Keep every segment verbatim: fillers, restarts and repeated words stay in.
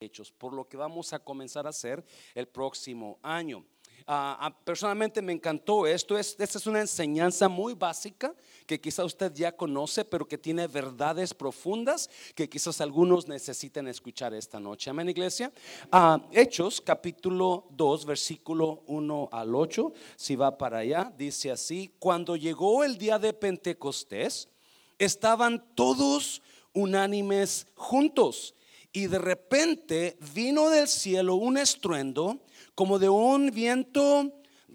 Hechos, por lo que vamos a comenzar a hacer el próximo año. Uh, uh, personalmente me encantó esto. es, Esta es una enseñanza muy básica que quizá usted ya conoce, pero que tiene verdades profundas que quizás algunos necesiten escuchar esta noche. Amén, iglesia. uh, Hechos capítulo dos versículo uno al ocho. Si va para allá, dice así: cuando llegó el día de Pentecostés, estaban todos unánimes juntos, y de repente vino del cielo un estruendo como de un viento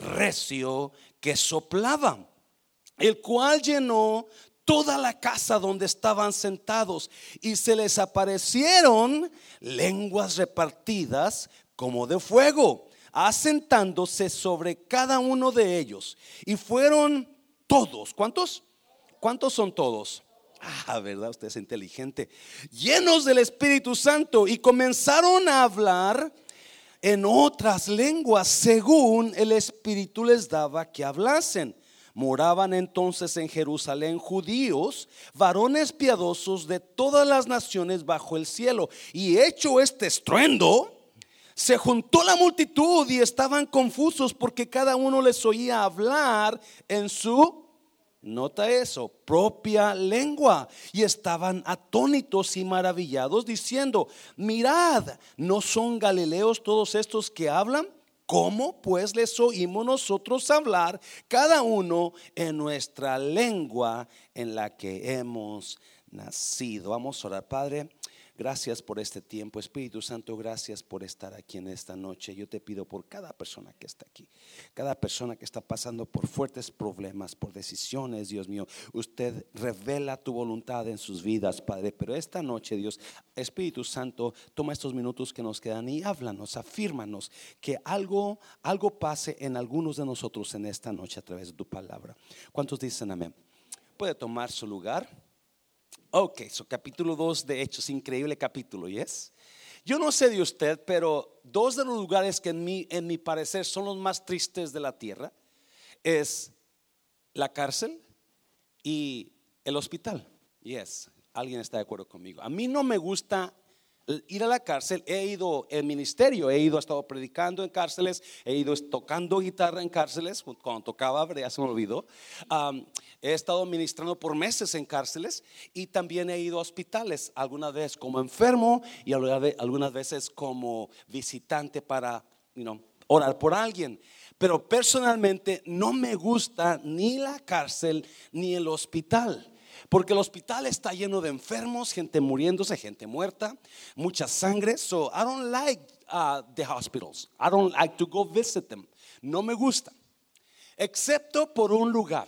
recio que soplaba, el cual llenó toda la casa donde estaban sentados, y se les aparecieron lenguas repartidas como de fuego, asentándose sobre cada uno de ellos. Y fueron todos, ¿cuántos? ¿Cuántos son todos? Ah, ¿verdad? Usted es inteligente. Llenos del Espíritu Santo, y comenzaron a hablar en otras lenguas según el Espíritu les daba que hablasen. Moraban entonces en Jerusalén judíos, varones piadosos de todas las naciones bajo el cielo. Y hecho este estruendo, se juntó la multitud y estaban confusos, porque cada uno les oía hablar en su, nota eso, propia lengua, y estaban atónitos y maravillados, diciendo: mirad, ¿no son galileos todos estos que hablan? ¿Cómo pues les oímos nosotros hablar, cada uno en nuestra lengua en la que hemos nacido? Vamos a orar. Padre, gracias por este tiempo. Espíritu Santo, gracias por estar aquí en esta noche. Yo te pido por cada persona que está aquí, cada persona que está pasando por fuertes problemas, por decisiones, Dios mío. Usted revela tu voluntad en sus vidas, Padre. Pero esta noche, Dios, Espíritu Santo, toma estos minutos que nos quedan y háblanos, afírmanos que algo, algo pase en algunos de nosotros en esta noche a través de tu palabra. ¿Cuántos dicen amén? Puede tomar su lugar. Ok, so capítulo dos de Hechos, increíble capítulo, ¿yes? Yo no sé de usted, pero dos de los lugares que en mi, en mi parecer son los más tristes de la tierra es la cárcel y el hospital. Yes, alguien está de acuerdo conmigo. A mí no me gusta ir a la cárcel. He ido en ministerio, he ido, he estado predicando en cárceles, he ido tocando guitarra en cárceles cuando tocaba, ya se me olvidó. Um, he estado ministrando por meses en cárceles, y también he ido a hospitales, algunas veces como enfermo y algunas veces como visitante para, you know, orar por alguien. Pero personalmente no me gusta ni la cárcel ni el hospital, porque el hospital está lleno de enfermos, gente muriéndose, gente muerta, mucha sangre. So I don't like uh, the hospitals. I don't like to go visit them. No me gusta, excepto por un lugar.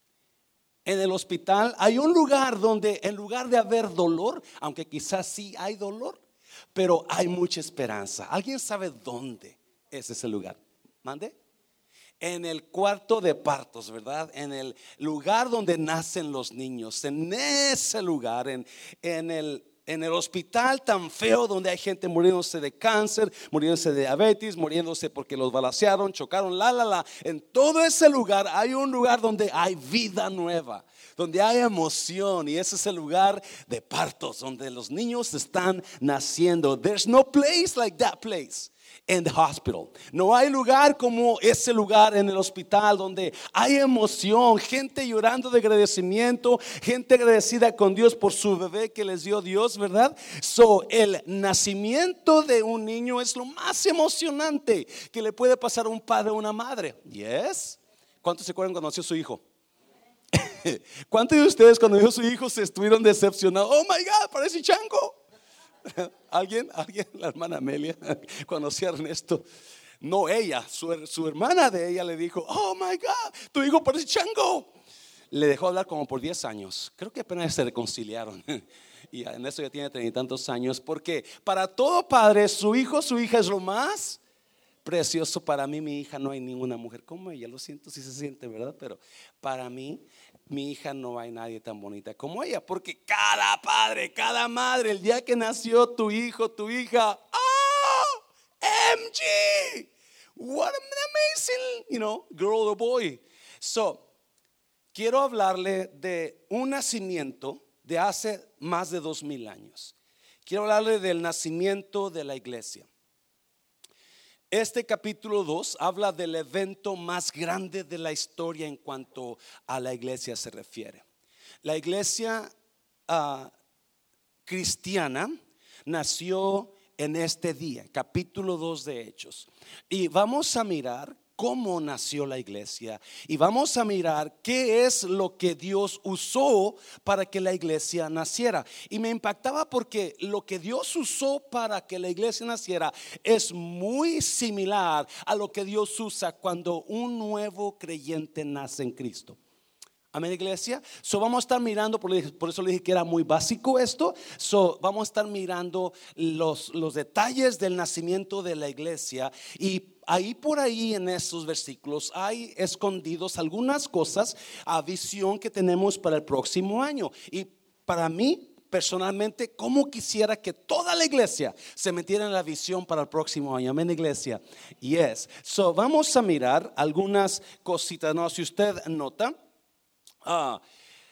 En el hospital hay un lugar donde, en lugar de haber dolor, aunque quizás sí hay dolor, pero hay mucha esperanza. ¿Alguien sabe dónde es ese lugar? ¿Mande? En el cuarto de partos, ¿verdad? En el lugar donde nacen los niños. En ese lugar, en, en, el, en el hospital tan feo donde hay gente muriéndose de cáncer, muriéndose de diabetes, muriéndose porque los balacearon, chocaron, la, la, la. En todo ese lugar hay un lugar donde hay vida nueva, donde hay emoción, y ese es el lugar de partos, donde los niños están naciendo. There's no place like that place in the hospital. No hay lugar como ese lugar en el hospital, donde hay emoción, gente llorando de agradecimiento, gente agradecida con Dios por su bebé que les dio Dios, ¿verdad? So, el nacimiento de un niño es lo más emocionante que le puede pasar a un padre o una madre. Yes. ¿Cuántos se acuerdan cuando nació su hijo? ¿Cuántos de ustedes cuando nació su hijo se estuvieron decepcionados? Oh my God, parece chango. ¿Alguien? ¿Alguien? La hermana Amelia conocí a Ernesto. No, ella, su, su hermana de ella le dijo: oh my God, tu hijo parece chango. Le dejó hablar como por diez años. Creo que apenas se reconciliaron. Y Ernesto ya tiene treinta y tantos años. Porque para todo padre, su hijo, su hija es lo más precioso. Para mí, mi hija, no hay ninguna mujer como ella. Lo siento si se siente, ¿verdad? Pero para mí, mi hija, no hay nadie tan bonita como ella. Porque cada padre, cada madre, el día que nació tu hijo, tu hija, oh, M G, what an amazing, you know, girl or boy. So, quiero hablarle de un nacimiento de hace más de dos mil años. quiero hablarle del nacimiento de la iglesia. Este capítulo dos habla del evento más grande de la historia en cuanto a la iglesia se refiere. La iglesia uh, cristiana nació en este día, capítulo dos de Hechos. Y vamos a mirar cómo nació la iglesia y vamos a mirar qué es lo que Dios usó para que la iglesia naciera. Y me impactaba porque lo que Dios usó para que la iglesia naciera es muy similar a lo que Dios usa cuando un nuevo creyente nace en Cristo. Amén, iglesia. So vamos a estar mirando, por, por eso le dije que era muy básico esto. So vamos a estar mirando los, los detalles del nacimiento de la iglesia. Y ahí por ahí en esos versículos hay escondidos algunas cosas a visión que tenemos para el próximo año. Y para mí personalmente, como quisiera que toda la iglesia se metiera en la visión para el próximo año. Amén, iglesia. Yes. So vamos a mirar algunas cositas. No, si usted nota. Ah,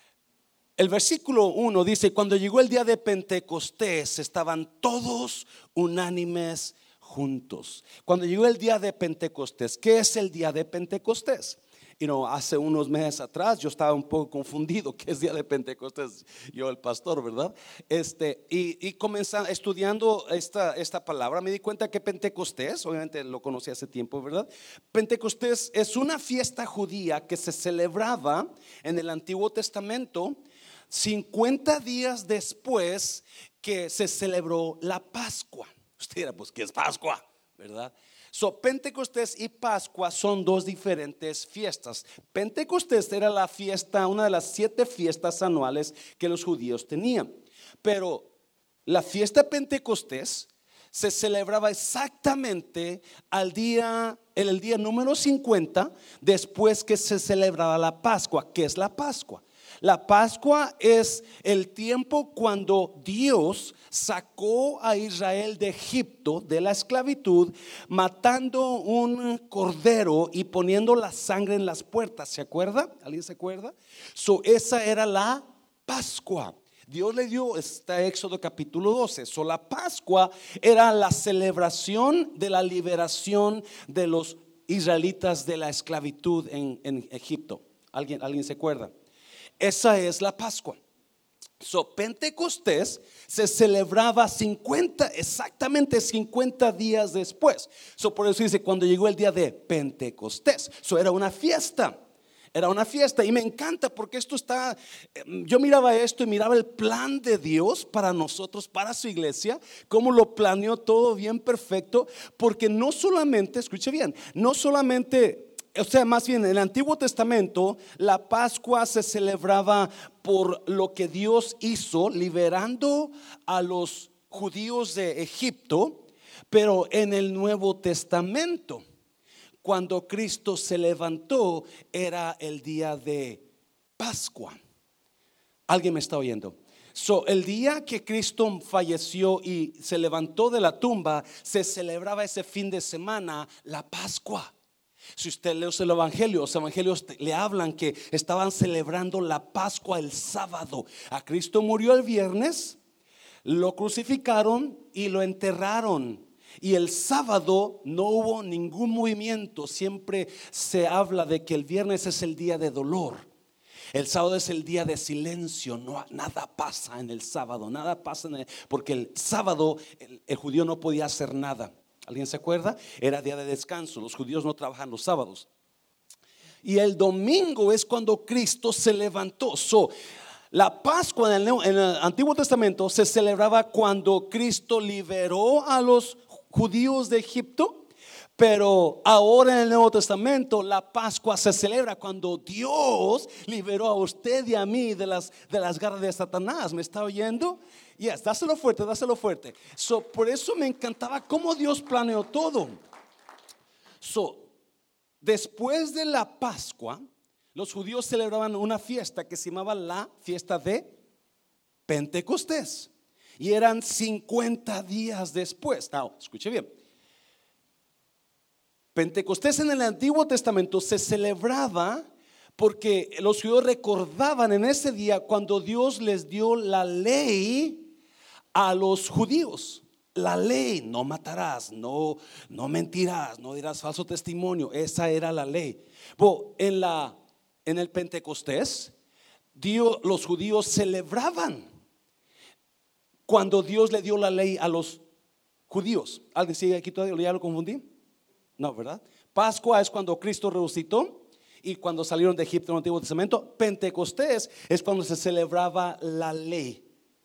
el versículo uno dice: cuando llegó el día de Pentecostés, estaban todos unánimes juntos. Cuando llegó el día de Pentecostés, ¿qué es el día de Pentecostés? You know, hace unos meses atrás yo estaba un poco confundido. ¿Qué es día de Pentecostés? Yo, el pastor, ¿verdad? Este, y, y comenzando estudiando esta, esta palabra, me di cuenta que Pentecostés, obviamente lo conocí hace tiempo, ¿verdad? Pentecostés es una fiesta judía que se celebraba en el Antiguo Testamento cincuenta días después que se celebró la Pascua. Usted dirá, pues, ¿qué es Pascua? ¿Verdad? So, Pentecostés y Pascua son dos diferentes fiestas. Pentecostés era la fiesta, una de las siete fiestas anuales que los judíos tenían. Pero la fiesta de Pentecostés se celebraba exactamente al día, en el día número cincuenta, después que se celebraba la Pascua. ¿Qué es la Pascua? La Pascua es el tiempo cuando Dios sacó a Israel de Egipto, de la esclavitud, matando un cordero y poniendo la sangre en las puertas. ¿Se acuerda? ¿Alguien se acuerda? So, esa era la Pascua. Dios le dio, está Éxodo capítulo doce. So, la Pascua era la celebración de la liberación de los israelitas de la esclavitud en, en Egipto. ¿Alguien, ¿Alguien se acuerda? Esa es la Pascua. So, Pentecostés se celebraba cincuenta, exactamente cincuenta días después. So, por eso dice cuando llegó el día de Pentecostés. So, era una fiesta. Era una fiesta y me encanta porque esto está, yo miraba esto y miraba el plan de Dios para nosotros, para su iglesia, cómo lo planeó todo bien perfecto, porque no solamente, escuche bien, no solamente, o sea, más bien en el Antiguo Testamento la Pascua se celebraba por lo que Dios hizo liberando a los judíos de Egipto, pero en el Nuevo Testamento, cuando Cristo se levantó, era el día de Pascua. ¿Alguien me está oyendo? So, el día que Cristo falleció y se levantó de la tumba, se celebraba ese fin de semana la Pascua. Si usted lee los evangelios, los evangelios le hablan que estaban celebrando la Pascua el sábado. A Cristo murió el viernes, lo crucificaron y lo enterraron. Y el sábado no hubo ningún movimiento. Siempre se habla de que el viernes es el día de dolor. El sábado es el día de silencio. No, nada pasa en el sábado. Nada pasa en el, porque el sábado el, el judío no podía hacer nada. ¿Alguien se acuerda? Era día de descanso. Los judíos no trabajan los sábados. Y el domingo es cuando Cristo se levantó. So, la Pascua en el, en el Antiguo Testamento se celebraba cuando Cristo liberó a los judíos de Egipto, pero ahora en el Nuevo Testamento la Pascua se celebra cuando Dios liberó a usted y a mí de las, de las garras de Satanás. ¿Me está oyendo? Yes, dáselo fuerte, dáselo fuerte. So, por eso me encantaba cómo Dios planeó todo. So, después de la Pascua, los judíos celebraban una fiesta que se llamaba la fiesta de Pentecostés. Y eran cincuenta días después. Now, escuche bien. Pentecostés en el Antiguo Testamento se celebraba porque los judíos recordaban en ese día cuando Dios les dio la ley a los judíos. La ley, no matarás, no, no mentirás, no dirás falso testimonio. Esa era la ley. Bueno, en, la, en el Pentecostés, Dios, los judíos celebraban cuando Dios le dio la ley a los judíos. ¿Alguien sigue aquí todavía? ¿Ya lo confundí? No, ¿verdad? Pascua es cuando Cristo resucitó y cuando salieron de Egipto en el Antiguo Testamento. Pentecostés es cuando se celebraba la ley.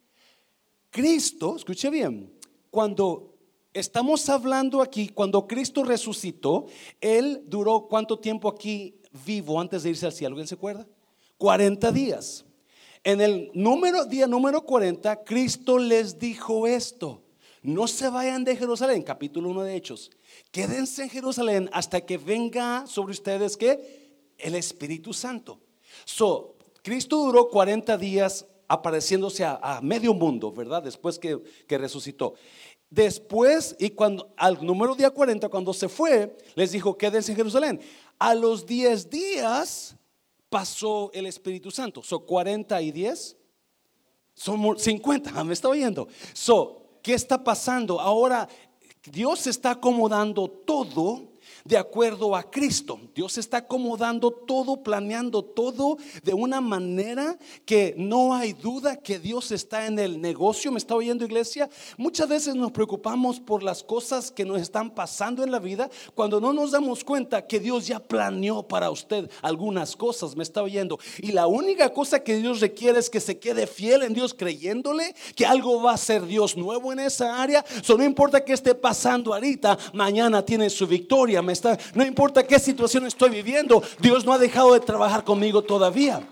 Cristo, escuche bien, cuando estamos hablando aquí, cuando Cristo resucitó, Él duró ¿cuánto tiempo aquí vivo antes de irse al cielo? ¿Alguien se acuerda? cuarenta días. En el número, día número cuarenta, Cristo les dijo esto: no se vayan de Jerusalén, capítulo uno de Hechos. Quédense en Jerusalén hasta que venga sobre ustedes ¿qué? El Espíritu Santo. So, Cristo duró cuarenta días apareciéndose a, a medio mundo, ¿verdad? Después que, que resucitó. Después, y cuando al número día cuarenta, cuando se fue, les dijo: quédense en Jerusalén. A los diez días pasó el Espíritu Santo. So, cuarenta y diez son cincuenta. ¿Me está oyendo? So, ¿qué está pasando? Ahora Dios está acomodando todo de acuerdo a Cristo. Dios está acomodando todo, planeando todo de una manera que no hay duda que Dios está en el negocio. ¿Me está oyendo, iglesia? Muchas veces nos preocupamos por las cosas que nos están pasando en la vida cuando no nos damos cuenta que Dios ya planeó para usted algunas cosas. ¿Me está oyendo? Y la única cosa que Dios requiere es que se quede fiel en Dios, creyéndole que algo va a ser Dios nuevo en esa área. So, no importa qué esté pasando ahorita, mañana tiene su victoria. ¿Me está? No importa qué situación estoy viviendo, Dios no ha dejado de trabajar conmigo todavía.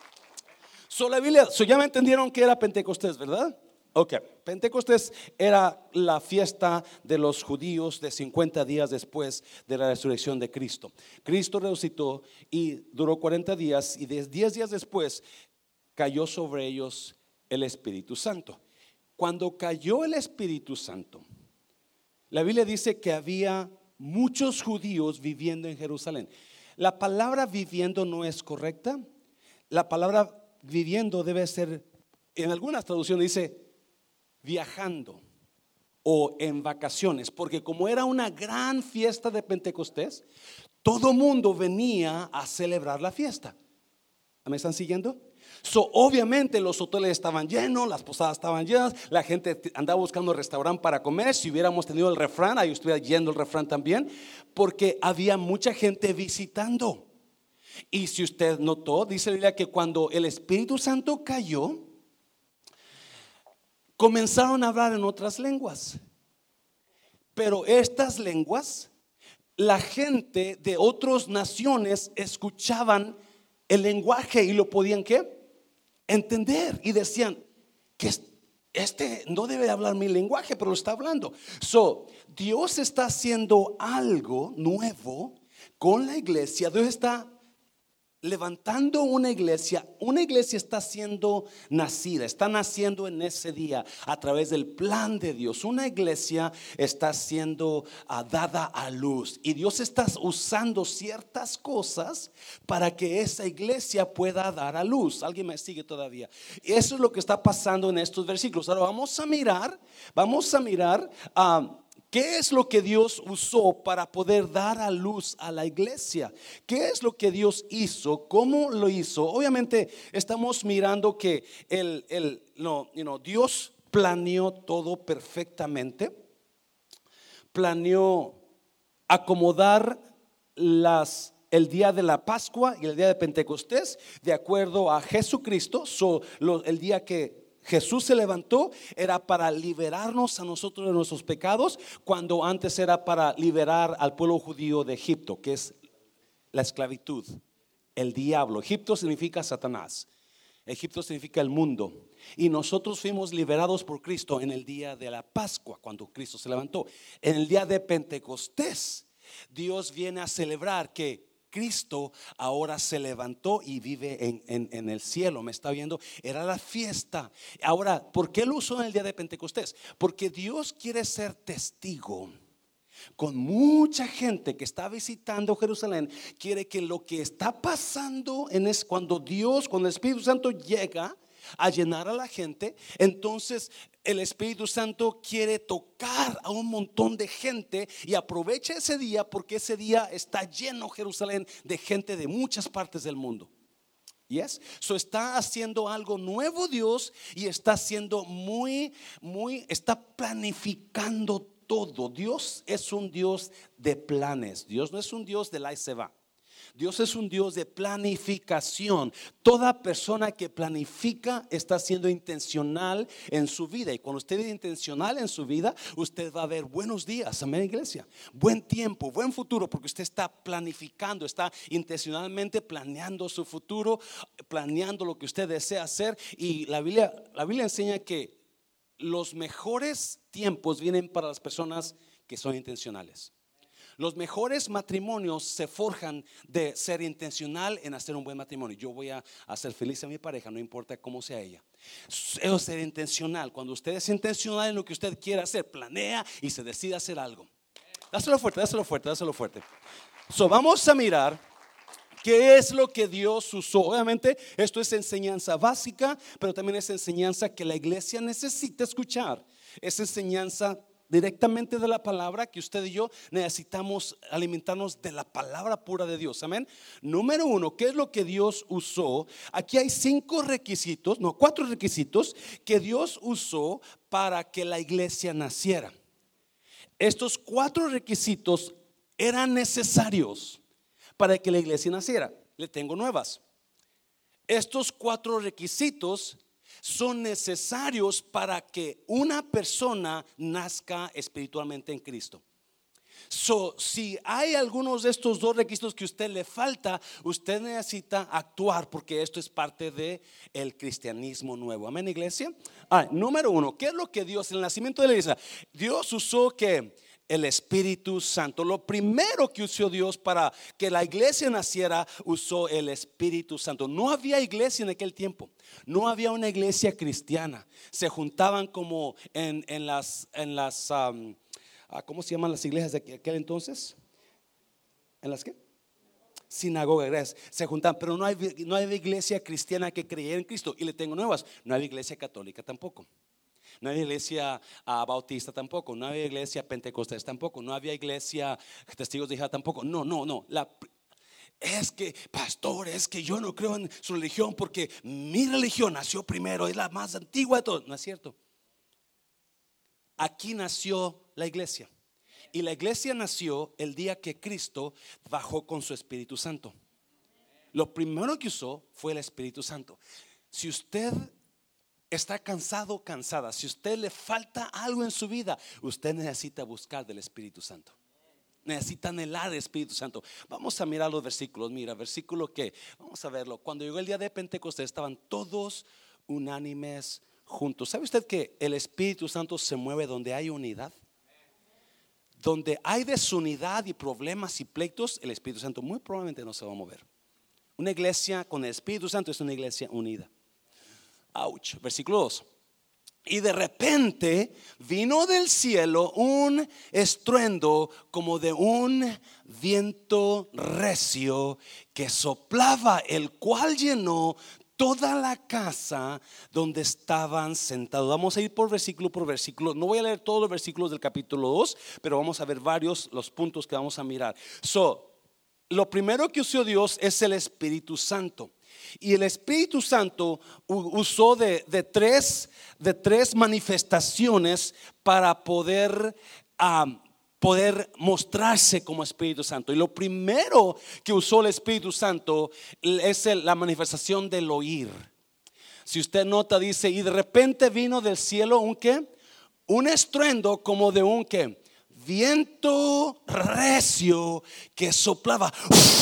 So, la Biblia, so, ya me entendieron que era Pentecostés, ¿verdad? Ok, Pentecostés era la fiesta de los judíos de cincuenta días después de la resurrección de Cristo. Cristo resucitó y duró cuarenta días, y diez días después cayó sobre ellos el Espíritu Santo. Cuando cayó el Espíritu Santo, la Biblia dice que había muchos judíos viviendo en Jerusalén. La palabra viviendo no es correcta. La palabra viviendo debe ser, en algunas traducciones dice viajando o en vacaciones, porque como era una gran fiesta de Pentecostés, todo mundo venía a celebrar la fiesta. ¿Me están siguiendo? So, obviamente los hoteles estaban llenos, las posadas estaban llenas, la gente andaba buscando restaurante para comer. Si hubiéramos tenido el refrán, ahí estuviera yendo el refrán también, porque había mucha gente visitando. Y si usted notó, dice la Biblia que cuando el Espíritu Santo cayó, comenzaron a hablar en otras lenguas. Pero estas lenguas, la gente de otras naciones escuchaban el lenguaje y lo podían ¿qué? Entender, y decían que este no debe hablar mi lenguaje, pero lo está hablando. So, Dios está haciendo algo nuevo con la iglesia. Dios está levantando una iglesia. Una iglesia está siendo nacida, está naciendo en ese día a través del plan de Dios. Una iglesia está siendo uh, dada a luz, y Dios está usando ciertas cosas para que esa iglesia pueda dar a luz. ¿Alguien me sigue todavía? Eso es lo que está pasando en estos versículos. Ahora vamos a mirar, vamos a mirar uh, ¿qué es lo que Dios usó para poder dar a luz a la iglesia? ¿Qué es lo que Dios hizo? ¿Cómo lo hizo? Obviamente estamos mirando que el, el, no, you know, Dios planeó todo perfectamente. Planeó acomodar las, el día de la Pascua y el día de Pentecostés de acuerdo a Jesucristo. So, lo, el día que Jesús se levantó era para liberarnos a nosotros de nuestros pecados, cuando antes era para liberar al pueblo judío de Egipto, que es la esclavitud, el diablo. Egipto significa Satanás, Egipto significa el mundo, y nosotros fuimos liberados por Cristo en el día de la Pascua, cuando Cristo se levantó. En el día de Pentecostés, Dios viene a celebrar que Cristo ahora se levantó y vive en, en, en el cielo. ¿Me está viendo? Era la fiesta. Ahora, ¿por qué lo usó en el día de Pentecostés? Porque Dios quiere ser testigo con mucha gente que está visitando Jerusalén. Quiere que lo que está pasando en es cuando Dios, cuando el Espíritu Santo llega a llenar a la gente. Entonces el Espíritu Santo quiere tocar a un montón de gente y aprovecha ese día porque ese día está lleno Jerusalén de gente de muchas partes del mundo. Yes, so está haciendo algo nuevo Dios y está haciendo muy, muy, está planificando todo. Dios es un Dios de planes. Dios no es un Dios de la y se va. Dios es un Dios de planificación. Toda persona que planifica está siendo intencional en su vida. Y cuando usted es intencional en su vida, usted va a ver buenos días, amén, iglesia. Buen tiempo, buen futuro, porque usted está planificando, está intencionalmente planeando su futuro, planeando lo que usted desea hacer. Y la Biblia, la Biblia enseña que los mejores tiempos vienen para las personas que son intencionales. Los mejores matrimonios se forjan de ser intencional en hacer un buen matrimonio. Yo voy a hacer feliz a mi pareja, no importa cómo sea ella. Eso es ser intencional. Cuando usted es intencional en lo que usted quiere hacer, planea y se decide hacer algo. Dáselo fuerte, dáselo fuerte, dáselo fuerte. So, vamos a mirar qué es lo que Dios usó. Obviamente esto es enseñanza básica, pero también es enseñanza que la iglesia necesita escuchar. Es enseñanza directamente de la palabra, que usted y yo necesitamos alimentarnos de la palabra pura de Dios, amén. Número uno, ¿qué es lo que Dios usó? Aquí hay cinco requisitos, no, cuatro requisitos que Dios usó para que la iglesia naciera. Estos cuatro requisitos eran necesarios para que la iglesia naciera. Le tengo nuevas. Estos cuatro requisitos son necesarios para que una persona nazca espiritualmente en Cristo. So, si hay algunos de estos dos requisitos que a usted le falta, usted necesita actuar, porque esto es parte de el cristianismo nuevo. Amén, iglesia. Ah, número uno, ¿qué es lo que Dios, en el nacimiento de la iglesia, Dios usó que el Espíritu Santo? Lo primero que usó Dios para que la iglesia naciera, usó el Espíritu Santo. No había iglesia en aquel tiempo. No había una iglesia cristiana. Se juntaban como en, en las, en las um, ¿cómo se llaman las iglesias de aquel entonces? ¿En las qué? Sinagogas. Se juntaban, pero no, hay, no había iglesia cristiana que creyera en Cristo. Y le tengo nuevas, no había iglesia católica tampoco. No había iglesia uh, bautista tampoco. No había iglesia pentecostés tampoco. No había iglesia testigos de Jehová tampoco. No, no, no. La, es que, pastor, es que yo no creo en su religión porque mi religión nació primero, es la más antigua de todas. No es cierto. Aquí nació la iglesia. Y la iglesia nació el día que Cristo bajó con su Espíritu Santo. Lo primero que usó fue el Espíritu Santo. Si usted está cansado o cansada, si usted le falta algo en su vida, usted necesita buscar del Espíritu Santo. Necesita anhelar el Espíritu Santo. Vamos a mirar los versículos. Mira, versículo que vamos a verlo. Cuando llegó el día de Pentecostés, estaban todos unánimes juntos. ¿Sabe usted que el Espíritu Santo se mueve donde hay unidad? Donde hay desunidad y problemas y pleitos, el Espíritu Santo muy probablemente no se va a mover. Una iglesia con el Espíritu Santo es una iglesia unida. Ouch. Versículo dos. Y de repente vino del cielo un estruendo como de un viento recio que soplaba, el cual llenó toda la casa donde estaban sentados. Vamos a ir por versículo por versículo. No voy a leer todos los versículos del capítulo dos, pero vamos a ver varios los puntos que vamos a mirar. So, lo primero que usó Dios es el Espíritu Santo. Y el Espíritu Santo usó de, de, tres, de tres manifestaciones para poder, um, poder mostrarse como Espíritu Santo. Y lo primero que usó el Espíritu Santo es el, la manifestación del oír. Si usted nota, dice, y de repente vino del cielo un ¿qué? Un estruendo como de un ¿qué? Viento recio que soplaba,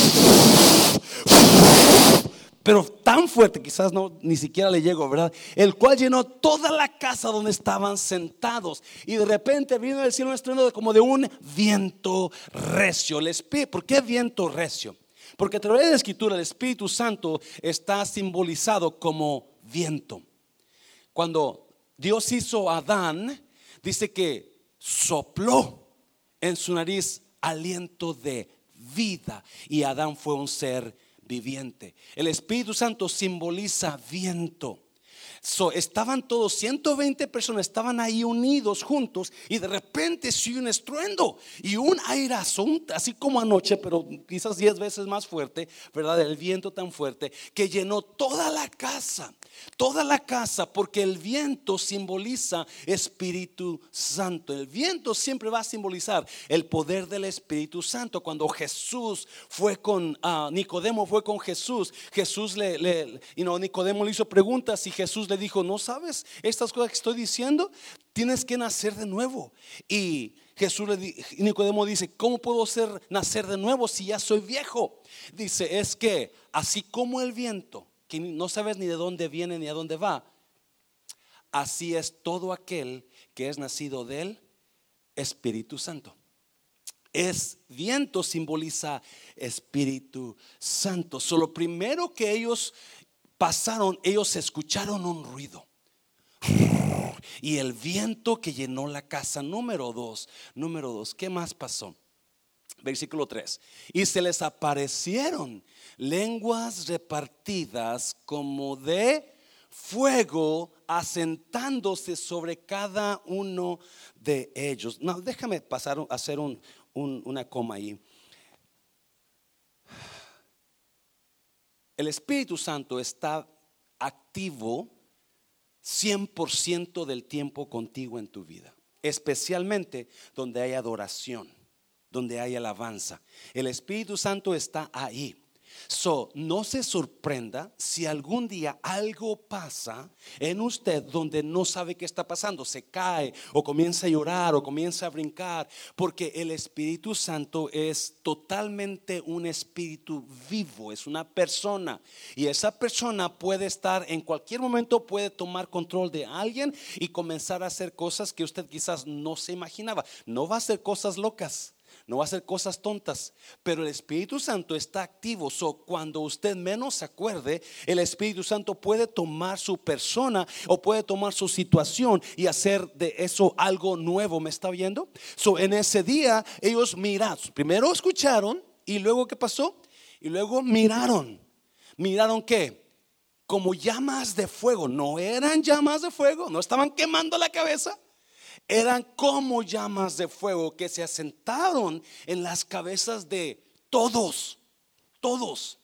pero tan fuerte, quizás no, ni siquiera le llegó, ¿verdad? El cual llenó toda la casa donde estaban sentados. Y de repente vino del cielo un estruendo como de un viento recio. El Espíritu, ¿por qué viento recio? Porque a través de la Escritura el Espíritu Santo está simbolizado como viento. Cuando Dios hizo a Adán, dice que sopló en su nariz aliento de vida, y Adán fue un ser viviente. El Espíritu Santo simboliza viento. So, estaban todos, ciento veinte personas estaban ahí unidos juntos, y de repente se oyó un estruendo y un airazo, un- así como anoche, pero quizás diez veces más fuerte, ¿verdad? El viento tan fuerte que llenó toda la casa, toda la casa, porque el viento simboliza Espíritu Santo. El viento siempre va a simbolizar el poder del Espíritu Santo. Cuando Jesús fue con uh, Nicodemo, fue con Jesús, Jesús le, le you know, Nicodemo le hizo preguntas y Jesús le dijo: ¿no sabes estas cosas que estoy diciendo? Tienes que nacer de nuevo. Y Jesús le di, Nicodemo dice: ¿cómo puedo ser, nacer de nuevo si ya soy viejo? Dice: es que así como el viento, que no sabes ni de dónde viene ni a dónde va, así es todo aquel que es nacido del Espíritu Santo. Es viento, simboliza Espíritu Santo. So, lo primero que ellos pasaron, ellos escucharon un ruido y el viento que llenó la casa. Número dos, número dos, ¿qué más pasó? Versículo tres: y se les aparecieron lenguas repartidas como de fuego, asentándose sobre cada uno de ellos. No, déjame pasar a hacer un, un, una coma ahí. El Espíritu Santo está activo cien por ciento del tiempo contigo en tu vida, especialmente donde hay adoración, donde hay alabanza. El Espíritu Santo está ahí. So, no se sorprenda si algún día algo pasa en usted donde no sabe qué está pasando, se cae o comienza a llorar o comienza a brincar, porque el Espíritu Santo es totalmente un espíritu vivo, es una persona, y esa persona puede estar en cualquier momento, puede tomar control de alguien y comenzar a hacer cosas que usted quizás no se imaginaba. No va a hacer cosas locas, no va a hacer cosas tontas, pero el Espíritu Santo está activo. So, cuando usted menos se acuerde, el Espíritu Santo puede tomar su persona o puede tomar su situación y hacer de eso algo nuevo. ¿Me está oyendo? So, en ese día ellos miraron, primero escucharon y luego ¿qué pasó? Y luego miraron. ¿Miraron qué? Como llamas de fuego. No eran llamas de fuego, no estaban quemando la cabeza. Eran como llamas de fuego que se asentaron en las cabezas de todos, todos.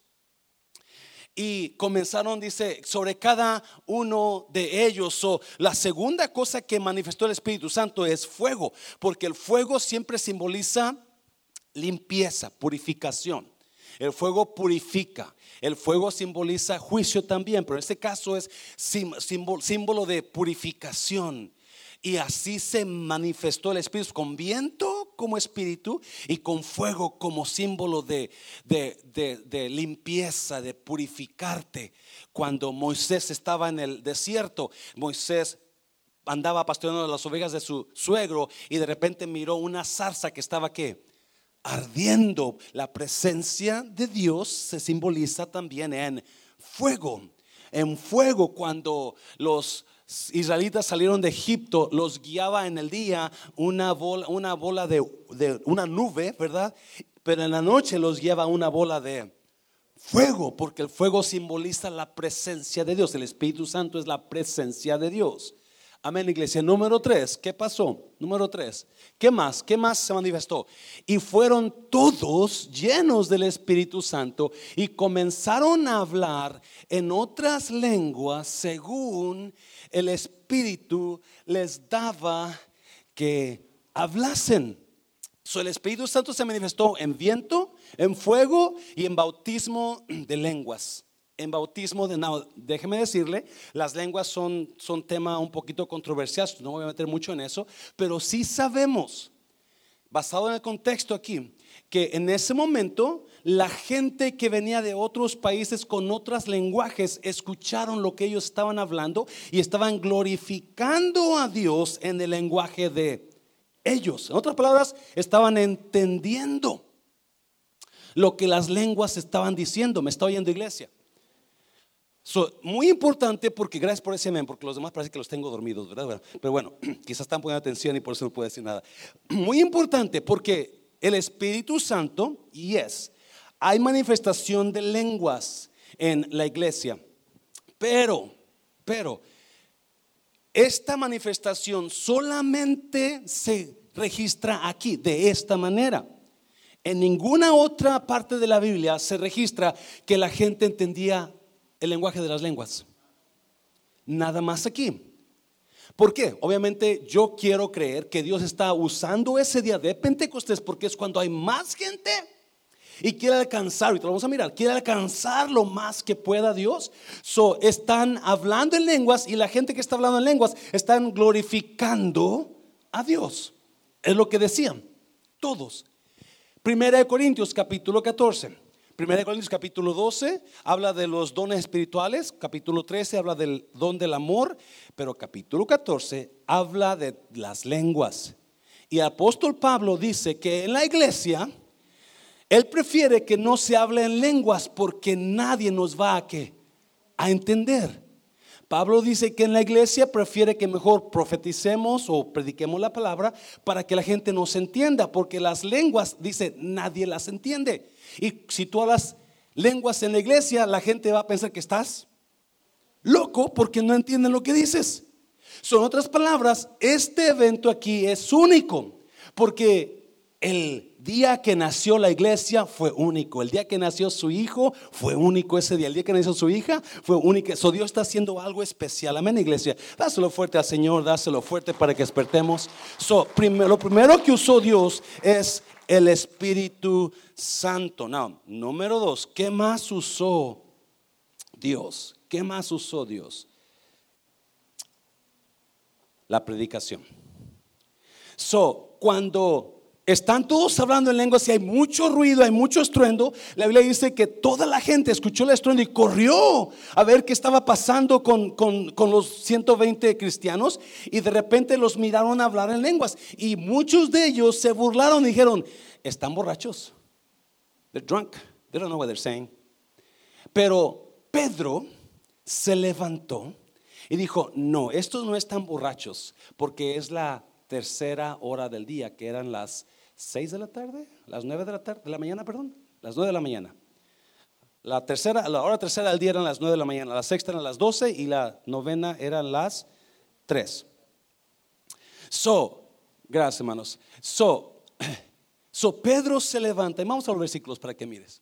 Y comenzaron, dice, sobre cada uno de ellos. So, la segunda cosa que manifestó el Espíritu Santo es fuego, porque el fuego siempre simboliza limpieza, purificación. El fuego purifica. El fuego simboliza juicio también, pero en este caso es símbolo, símbolo de purificación. Y así se manifestó el Espíritu, con viento como espíritu y con fuego como símbolo de, de, de, de limpieza, de purificarte. Cuando Moisés estaba en el desierto, Moisés andaba pastoreando las ovejas de su suegro y de repente miró una zarza que estaba ¿qué? Ardiendo. La presencia de Dios se simboliza también en fuego. En fuego, cuando los israelitas salieron de Egipto, los guiaba en el día una bola, una bola de, de una nube, ¿verdad? Pero en la noche los guiaba una bola de fuego, porque el fuego simboliza la presencia de Dios. El Espíritu Santo es la presencia de Dios. Amén, iglesia. Número tres, ¿qué pasó? Número tres, ¿qué más? ¿Qué más se manifestó? Y fueron todos llenos del Espíritu Santo y comenzaron a hablar en otras lenguas según el Espíritu les daba que hablasen. So, el Espíritu Santo se manifestó en viento, en fuego y en bautismo de lenguas. En bautismo de no, déjeme decirle, las lenguas son, son tema un poquito controversial, no voy a meter mucho en eso, pero sí sabemos, basado en el contexto aquí, que en ese momento la gente que venía de otros países con otros lenguajes escucharon lo que ellos estaban hablando y estaban glorificando a Dios en el lenguaje de ellos. En otras palabras, estaban entendiendo lo que las lenguas estaban diciendo. ¿Me está oyendo, iglesia? So, muy importante, porque gracias por ese amén, porque los demás parece que los tengo dormidos, ¿verdad? Pero bueno, quizás están poniendo atención y por eso no puedo decir nada. Muy importante, porque el Espíritu Santo, yes, hay manifestación de lenguas en la iglesia, pero, pero esta manifestación solamente se registra aquí, de esta manera. En ninguna otra parte de la Biblia se registra que la gente entendía el lenguaje de las lenguas. Nada más aquí. ¿Por qué? Obviamente yo quiero creer que Dios está usando ese día de Pentecostés porque es cuando hay más gente y quiere alcanzar, y te lo vamos a mirar, quiere alcanzar lo más que pueda Dios. So, están hablando en lenguas y la gente que está hablando en lenguas están glorificando a Dios. Es lo que decían todos. Primera de Corintios capítulo catorce. Primera de Corintios capítulo doce habla de los dones espirituales. Capítulo trece habla del don del amor. Pero capítulo catorce habla de las lenguas. Y el apóstol Pablo dice que en la iglesia él prefiere que no se hable en lenguas porque nadie nos va a, ¿qué? A entender. Pablo dice que en la iglesia prefiere que mejor profeticemos o prediquemos la palabra para que la gente nos entienda, porque las lenguas, dice, nadie las entiende. Y si tú hablas lenguas en la iglesia, la gente va a pensar que estás loco porque no entienden lo que dices. Son otras palabras, este evento aquí es único, porque el día que nació la iglesia fue único. El día que nació su hijo fue único ese día. El día que nació su hija fue único. So Dios está haciendo algo especial. Amén, iglesia. Dáselo fuerte al Señor, dáselo fuerte para que despertemos. So, primero, lo primero que usó Dios es el Espíritu Santo. Now, número dos, ¿qué más usó Dios? ¿Qué más usó Dios? La predicación. So, cuando están todos hablando en lenguas y hay mucho ruido, hay mucho estruendo, la Biblia dice que toda la gente escuchó el estruendo y corrió a ver qué estaba pasando con, con, con los ciento veinte cristianos, y de repente los miraron a hablar en lenguas y muchos de ellos se burlaron y dijeron, están borrachos, they're drunk, they don't know what they're saying. Pero Pedro se levantó y dijo, no, estos no están borrachos, porque es la tercera hora del día, que eran las seis de la tarde, las nueve de la tarde, de la mañana, perdón, las nueve de la mañana. La tercera, la hora tercera del día eran las nueve de la mañana, la sexta eran las doce y la novena eran las tres. So, gracias hermanos. So, so Pedro se levanta, y vamos a los versículos para que mires.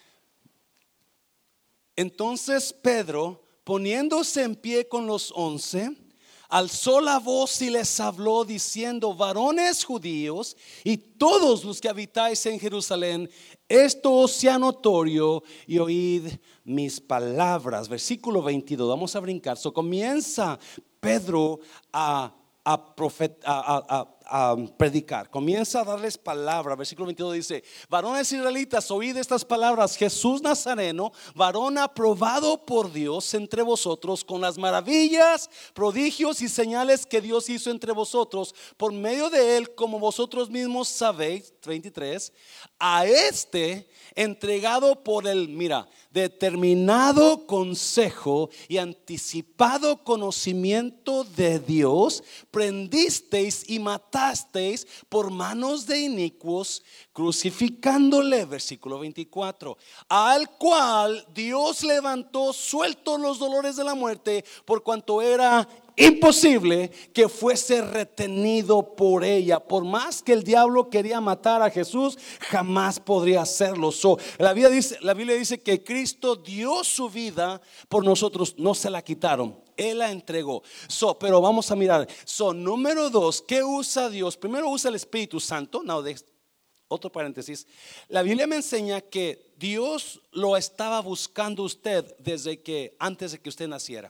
Entonces Pedro, poniéndose en pie con los once, alzó la voz y les habló diciendo, varones judíos y todos los que habitáis en Jerusalén, esto os sea notorio y oíd mis palabras. Versículo veintidós, vamos a brincar. So comienza Pedro a, a, profet, a, a, a a predicar, comienza a darles palabra. Versículo veintidós dice, varones israelitas, oíd estas palabras, Jesús Nazareno, varón aprobado por Dios entre vosotros, con las maravillas, prodigios y señales que Dios hizo entre vosotros, por medio de él, como vosotros mismos sabéis. Veintitrés, a este entregado por el, mira, determinado consejo y anticipado conocimiento de Dios, prendisteis y matasteis por manos de inicuos, crucificándole. Versículo veinticuatro, al cual Dios levantó sueltos los dolores de la muerte, por cuanto era imposible que fuese retenido por ella. Por más que el diablo quería matar a Jesús, jamás podría hacerlo. So, la Biblia dice, la Biblia dice que Cristo dio su vida por nosotros, no se la quitaron, él la entregó. So, pero vamos a mirar. So, número dos, ¿qué usa Dios? Primero usa el Espíritu Santo. No, de, otro paréntesis. La Biblia me enseña que Dios lo estaba buscando usted desde que antes de que usted naciera.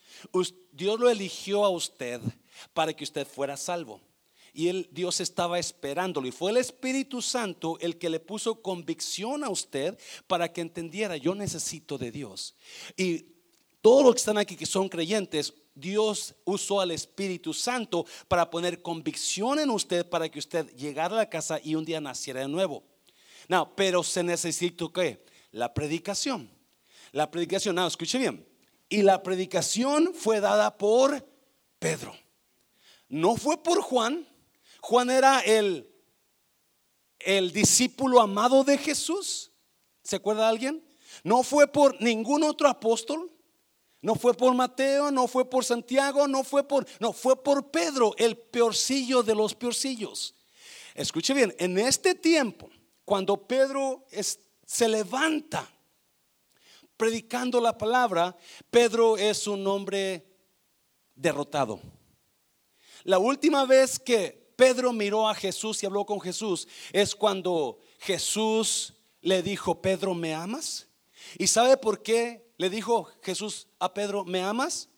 Dios lo eligió a usted para que usted fuera salvo. Y él, Dios estaba esperándolo. Y fue el Espíritu Santo el que le puso convicción a usted para que entendiera, yo necesito de Dios. Y todos los que están aquí que son creyentes, Dios usó al Espíritu Santo para poner convicción en usted, para que usted llegara a la casa y un día naciera de nuevo. No, pero se necesita ¿qué? La predicación. La predicación, no, escuche bien. Y la predicación fue dada por Pedro. No fue por Juan. Juan era el, el discípulo amado de Jesús. ¿Se acuerda de alguien? No fue por ningún otro apóstol. No fue por Mateo, no fue por Santiago, no fue por, no, fue por Pedro, el peorcillo de los peorcillos. Escuche bien, en este tiempo, cuando Pedro es, se levanta predicando la palabra, Pedro es un hombre derrotado. La última vez que Pedro miró a Jesús y habló con Jesús es cuando Jesús le dijo: Pedro, ¿me amas? ¿Y sabe por qué le dijo Jesús a Pedro: ¿me amas?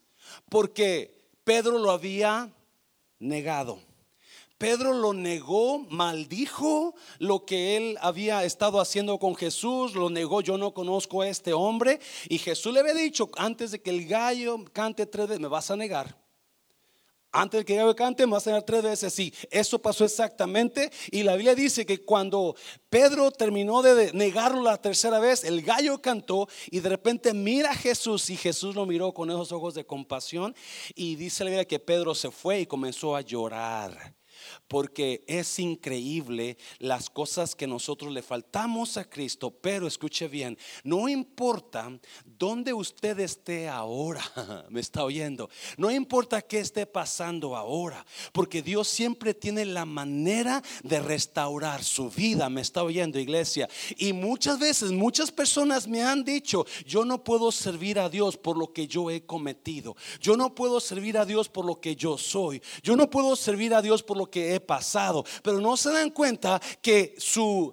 Porque Pedro lo había negado. Pedro lo negó, maldijo lo que él había estado haciendo con Jesús, lo negó: yo no conozco a este hombre. Y Jesús le había dicho: antes de que el gallo cante tres veces, me vas a negar. Antes de que el gallo cante, me vas a negar tres veces. Sí, eso pasó exactamente. Y la Biblia dice que cuando Pedro terminó de negarlo la tercera vez, el gallo cantó y de repente mira a Jesús, y Jesús lo miró con esos ojos de compasión. Y dice la Biblia que Pedro se fue y comenzó a llorar. Porque es increíble las cosas que nosotros le faltamos a Cristo. Pero escuche bien, no importa dónde usted esté ahora, me está oyendo, no importa qué esté pasando ahora, porque Dios siempre tiene la manera de restaurar su vida. Me está oyendo, iglesia. Y muchas veces muchas personas me han dicho: yo no puedo servir a Dios por lo que yo he cometido, yo no puedo servir a Dios por lo que yo soy, yo no puedo servir a Dios por lo que he pasado. Pero no se dan cuenta que su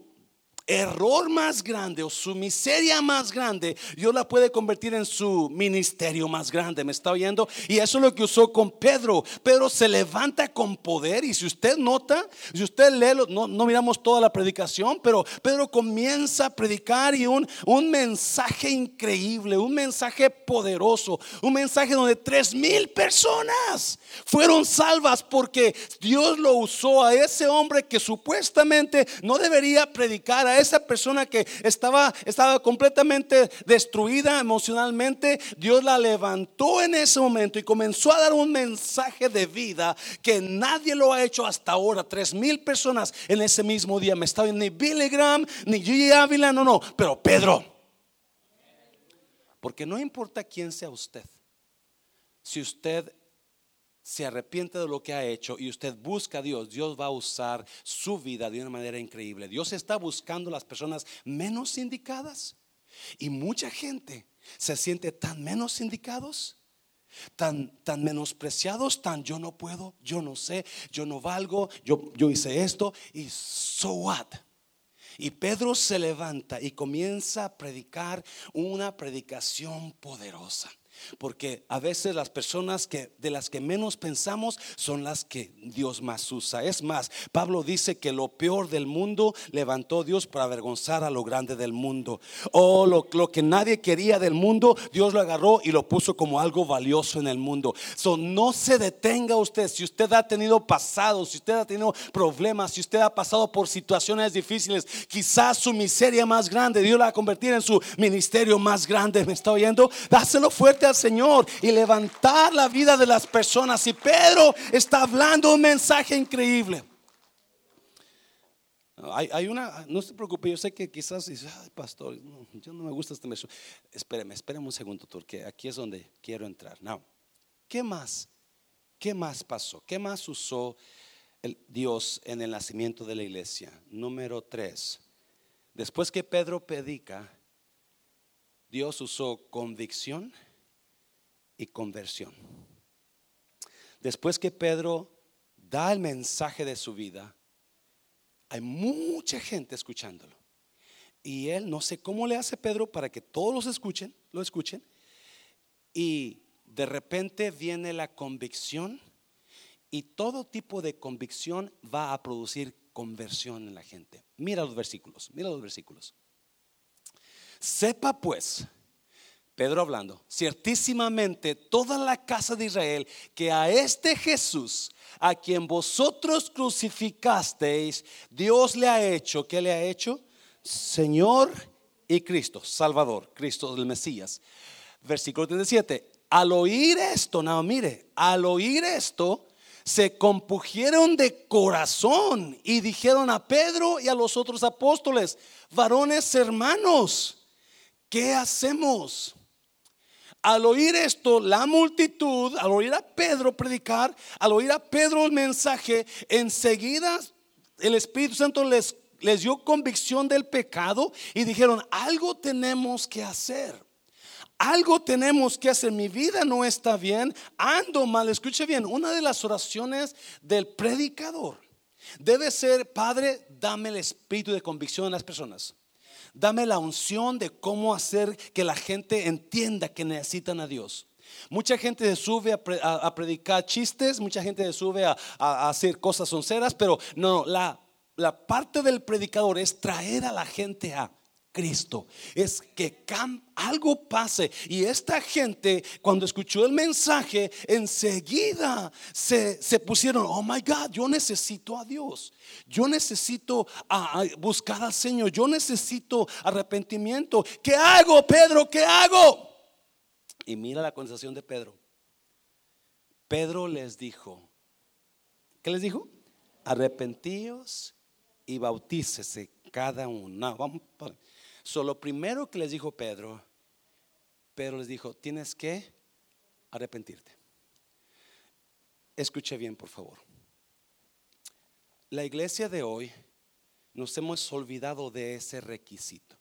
error más grande o su miseria más grande, Dios la puede convertir en su ministerio más grande. ¿Me está oyendo? Y eso es lo que usó con Pedro. Pedro se levanta con poder. Y si usted nota, si usted lee, no, no miramos toda la predicación, pero Pedro comienza a predicar y un, un mensaje increíble, un mensaje poderoso, un mensaje donde tres mil personas fueron salvas, porque Dios lo usó a ese hombre que supuestamente no debería predicar, a esa persona que estaba, estaba completamente destruida emocionalmente. Dios la levantó en ese momento y comenzó a dar un mensaje de vida que nadie lo ha hecho hasta ahora. Tres mil personas en ese mismo día. Me está viendo, ni Billy Graham, ni G. Ávila, no, no, pero Pedro. Porque no importa quién sea usted, si usted se arrepiente de lo que ha hecho y usted busca a Dios, Dios va a usar su vida de una manera increíble. Dios está buscando las personas menos indicadas. Y mucha gente se siente tan menos indicados, tan, tan menospreciados, tan yo no puedo, yo no sé, yo no valgo, yo, yo hice esto. Y so what? Y Pedro se levanta y comienza a predicar una predicación poderosa. Porque a veces las personas que, de las que menos pensamos, son las que Dios más usa. Es más, Pablo dice que lo peor del mundo levantó Dios para avergonzar a lo grande del mundo. O oh, lo, lo que nadie quería del mundo, Dios lo agarró y lo puso como algo valioso en el mundo. So, no se detenga usted. Si usted ha tenido pasado, si usted ha tenido problemas, si usted ha pasado por situaciones difíciles, quizás su miseria más grande Dios la va a convertir en su ministerio más grande. ¿Me está oyendo? Dáselo fuerte al Señor y levantar la vida de las personas. Y Pedro está hablando un mensaje increíble. Hay, hay una, no se preocupe, yo sé que quizás dice: ay, pastor, no, yo no me gusta este mensaje. Espéreme, espéreme un segundo, porque aquí es donde quiero entrar. Now, ¿qué más? ¿Qué más pasó? ¿Qué más usó el Dios en el nacimiento de la iglesia? Número tres. Después que Pedro predica, Dios usó convicción y conversión. Después que Pedro da el mensaje de su vida, hay mucha gente escuchándolo. Y él, no sé cómo le hace Pedro para que todos los escuchen, lo escuchen. Y de repente viene la convicción. Y todo tipo de convicción va a producir conversión en la gente. Mira los versículos, mira los versículos. Sepa pues, Pedro hablando, ciertísimamente toda la casa de Israel, que a este Jesús, a quien vosotros crucificasteis, Dios le ha hecho, ¿qué le ha hecho? Señor y Cristo, Salvador, Cristo del Mesías. Versículo treinta y siete. Al oír esto, no, mire, al oír esto, se compungieron de corazón y dijeron a Pedro y a los otros apóstoles: varones hermanos, ¿qué hacemos? Al oír esto, la multitud, al oír a Pedro predicar, al oír a Pedro el mensaje, enseguida el Espíritu Santo les, les dio convicción del pecado y dijeron: algo tenemos que hacer. Algo tenemos que hacer. Mi vida no está bien, ando mal. Escuche bien, una de las oraciones del predicador debe ser: Padre, dame el espíritu de convicción en las personas. Dame la unción de cómo hacer que la gente entienda que necesitan a Dios. Mucha gente se sube a, pre, a, a predicar chistes, mucha gente se sube a, a, a hacer cosas sonceras, pero no, la, la parte del predicador es traer a la gente a Cristo, es que cam, algo pase. Y esta gente, cuando escuchó el mensaje, enseguida se, se pusieron: oh my God, yo necesito a Dios, yo necesito a, a buscar al Señor, yo necesito arrepentimiento. ¿Qué hago, Pedro? ¿Qué hago? Y mira la conversación de Pedro. Pedro les dijo, ¿qué les dijo? Arrepentíos y bautícese cada uno. No, vamos para. So, lo primero que les dijo Pedro, Pedro les dijo: tienes que arrepentirte. Escuche bien, por favor. La iglesia de hoy nos hemos olvidado de ese requisito,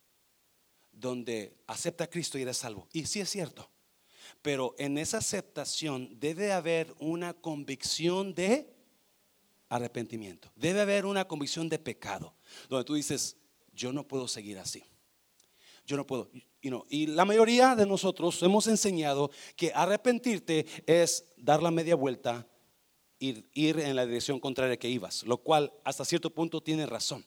donde acepta a Cristo y eres salvo. Y sí es cierto, pero en esa aceptación debe haber una convicción de arrepentimiento. Debe haber una convicción de pecado, donde tú dices: yo no puedo seguir así. Yo no puedo. You know, y la mayoría de nosotros hemos enseñado que arrepentirte es dar la media vuelta, ir, ir en la dirección contraria que ibas, lo cual hasta cierto punto tiene razón.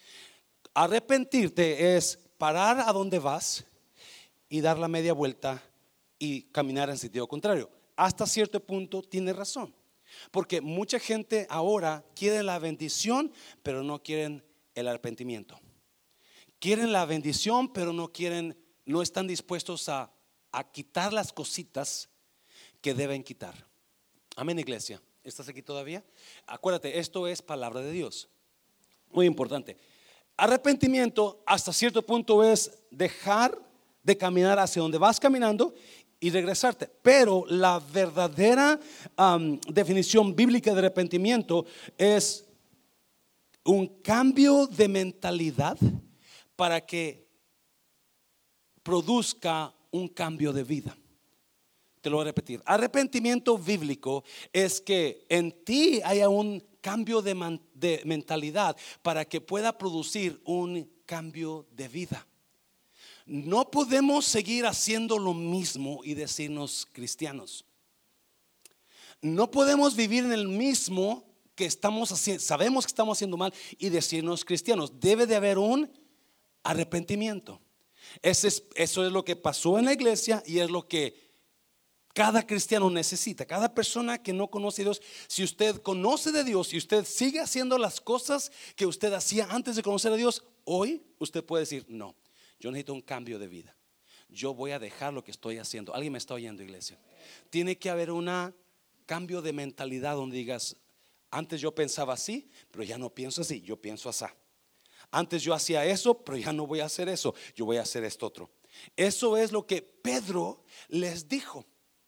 Arrepentirte es parar a donde vas y dar la media vuelta y caminar en sentido contrario. Hasta cierto punto tiene razón, porque mucha gente ahora quiere la bendición, pero no quieren el arrepentimiento. Quieren la bendición, pero no quieren, no están dispuestos a, a quitar las cositas que deben quitar. Amén, iglesia. ¿Estás aquí todavía? Acuérdate, esto es palabra de Dios. Muy importante. Arrepentimiento hasta cierto punto es dejar de caminar hacia donde vas caminando y regresarte. Pero la verdadera um, definición bíblica de arrepentimiento es un cambio de mentalidad para que produzca un cambio de vida. Te lo voy a repetir. Arrepentimiento bíblico es que en ti haya un cambio de, man, de mentalidad para que pueda producir un cambio de vida. No podemos seguir haciendo lo mismo y decirnos cristianos. No podemos vivir en el mismo que estamos haciendo, sabemos que estamos haciendo mal, y decirnos cristianos. Debe de haber un arrepentimiento. Ese es, eso es lo que pasó en la iglesia y es lo que cada cristiano necesita. Cada persona que no conoce a Dios, si usted conoce de Dios y usted sigue haciendo las cosas que usted hacía antes de conocer a Dios, hoy usted puede decir: no, yo necesito un cambio de vida. Yo voy a dejar lo que estoy haciendo. ¿Alguien me está oyendo, iglesia? Tiene que haber un cambio de mentalidad donde digas: antes yo pensaba así, pero ya no pienso así, yo pienso así. Antes yo hacía eso, pero ya no voy a hacer eso, yo voy a hacer esto otro. Eso es lo que Pedro les dijo.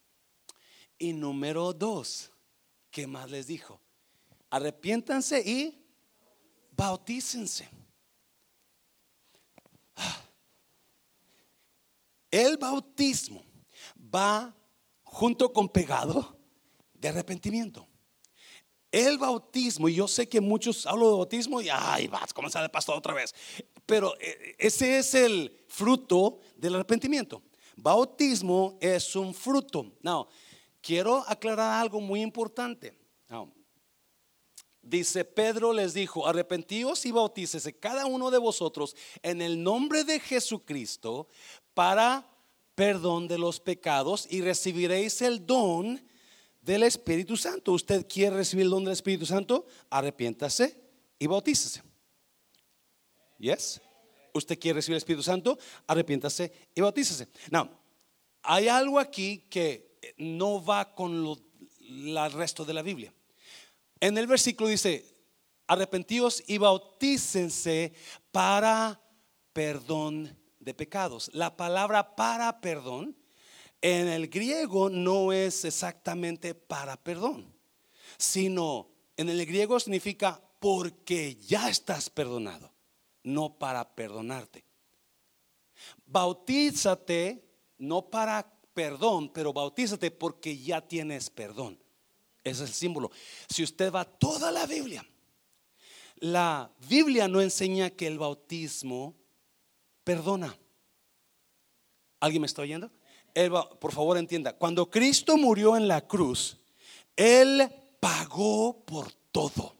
Y número dos, ¿qué más les dijo? Arrepiéntanse y bautícense. El bautismo va junto con pegado de arrepentimiento. El bautismo, y yo sé que muchos hablan de bautismo y ay, vas a comenzar el pastor otra vez, pero ese es el fruto del arrepentimiento. Bautismo es un fruto. No, quiero aclarar algo muy importante. No. Dice: Pedro les dijo: arrepentíos y bautícese cada uno de vosotros en el nombre de Jesucristo para perdón de los pecados y recibiréis el don del Espíritu Santo. ¿Usted quiere recibir el don del Espíritu Santo? Arrepiéntase y bautícese. Yes. ¿Usted quiere recibir el Espíritu Santo? Arrepiéntase y bautícese. Now, hay algo aquí que no va con lo, el resto de la Biblia. En el versículo dice: arrepentíos y bautícense para perdón de pecados. La palabra para perdón En el griego no es exactamente para perdón, sino en el griego significa porque ya estás perdonado, no para perdonarte. Bautízate no para perdón, pero bautízate porque ya tienes perdón. Ese es el símbolo. Si usted va a toda la Biblia, la Biblia no enseña que el bautismo perdona. ¿Alguien me está oyendo? Él, por favor, entienda, cuando Cristo murió en la cruz, Él pagó por todo.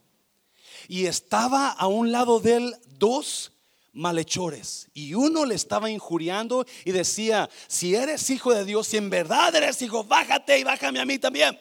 Y estaba a un lado de Él dos malhechores, y uno le estaba injuriando y decía: si eres hijo de Dios, si en verdad eres hijo, bájate y bájame a mí también.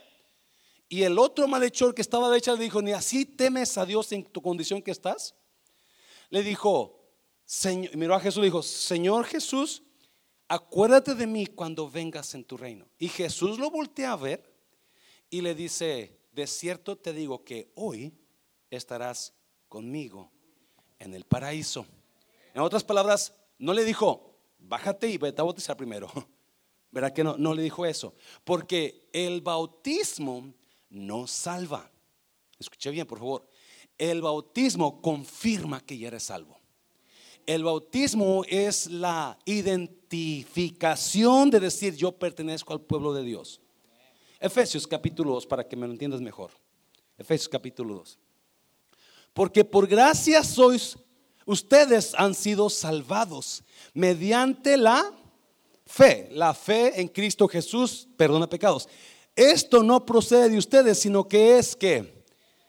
Y el otro malhechor que estaba a la derecha le dijo: ni así temes a Dios en tu condición que estás. Le dijo, Señor, miró a Jesús y le dijo: Señor Jesús, acuérdate de mí cuando vengas en tu reino. Y Jesús lo voltea a ver y le dice: de cierto te digo que hoy estarás conmigo en el paraíso. En otras palabras, no le dijo: bájate y vete a bautizar primero. ¿Verdad que no? No le dijo eso, porque el bautismo no salva. Escuche bien, por favor. El bautismo confirma que ya eres salvo. El bautismo es la identificación de decir: yo pertenezco al pueblo de Dios. Efesios capítulo dos, para que me lo entiendas mejor. Efesios capítulo dos. Porque por gracia sois, ustedes han sido salvados mediante la fe. La fe en Cristo Jesús perdona pecados. Esto no procede de ustedes, sino que es que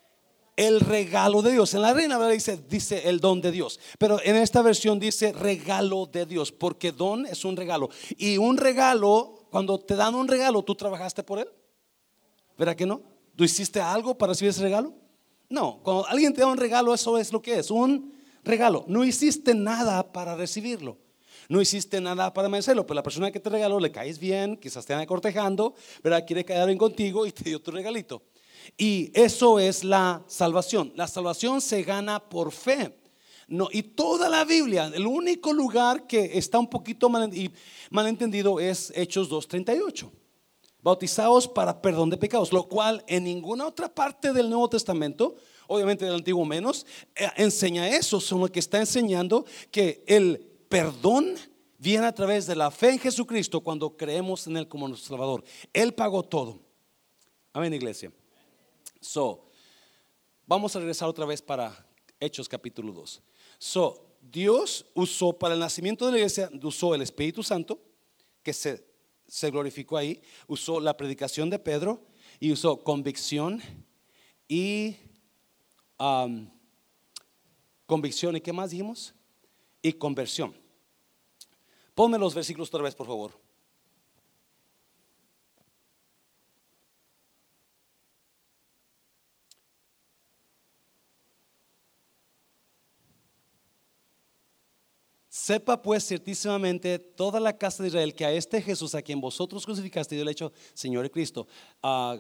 el regalo de Dios. En la Reina Valera dice, dice el don de Dios, pero en esta versión dice regalo de Dios, porque don es un regalo. Y un regalo, cuando te dan un regalo, ¿tú trabajaste por él? ¿Verdad que no? ¿Tú hiciste algo para recibir ese regalo? No. Cuando alguien te da un regalo, eso es lo que es, un regalo. No hiciste nada para recibirlo, no hiciste nada para merecerlo, pero la persona que te regaló le caes bien, quizás te anda cortejando, ¿verdad? Quiere quedar bien contigo y te dio tu regalito. Y eso es la salvación. La salvación se gana por fe. No, y toda la Biblia, el único lugar que está un poquito mal, y malentendido es Hechos dos treinta y ocho. Bautizados para perdón de pecados, lo cual en ninguna otra parte del Nuevo Testamento, obviamente del Antiguo menos, eh, enseña eso. Sino que está enseñando que el perdón viene a través de la fe en Jesucristo cuando creemos en Él como nuestro Salvador. Él pagó todo. Amén, iglesia. So, vamos a regresar otra vez para Hechos capítulo dos. So, Dios usó para el nacimiento de la iglesia, usó el Espíritu Santo, que se, se glorificó ahí, usó la predicación de Pedro y usó convicción y um, convicción y ¿qué más dijimos? Y conversión. Ponme los versículos otra vez, por favor. Sepa pues ciertísimamente toda la casa de Israel que a este Jesús a quien vosotros crucificaste dio el hecho Señor y Cristo. Uh,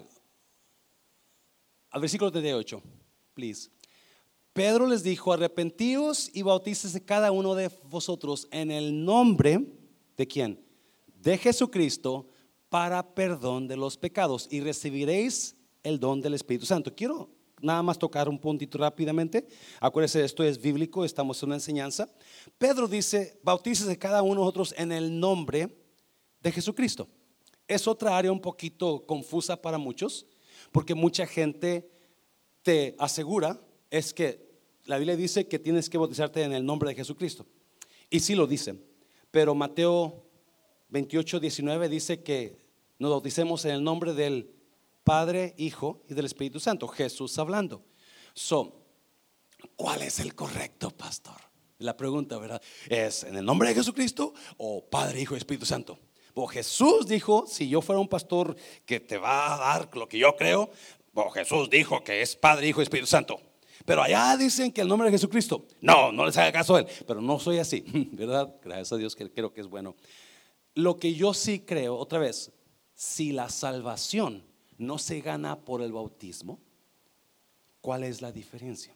al versículo treinta y ocho, please. Pedro les dijo: arrepentíos y bautícese cada uno de vosotros en el nombre de ¿quién? De Jesucristo, para perdón de los pecados, y recibiréis el don del Espíritu Santo. Quiero nada más tocar un puntito rápidamente. Acuérdense, esto es bíblico, estamos en una enseñanza. Pedro dice: bautícese cada uno de nosotros en el nombre de Jesucristo. Es otra área un poquito confusa para muchos, porque mucha gente te asegura es que la Biblia dice que tienes que bautizarte en el nombre de Jesucristo, y sí lo dice, pero Mateo veintiocho diecinueve dice que nos bauticemos en el nombre del Padre, Hijo y del Espíritu Santo. Jesús hablando. So, ¿cuál es el correcto, pastor? La pregunta, ¿verdad? ¿Es en el nombre de Jesucristo o Padre, Hijo y Espíritu Santo? Pues Jesús dijo: si yo fuera un pastor que te va a dar lo que yo creo, pues Jesús dijo que es Padre, Hijo y Espíritu Santo. Pero allá dicen que el nombre de Jesucristo. No, no les haga caso a él. Pero no soy así, ¿verdad? Gracias a Dios que creo que es bueno. Lo que yo sí creo, otra vez, si la salvación no se gana por el bautismo, ¿cuál es la diferencia?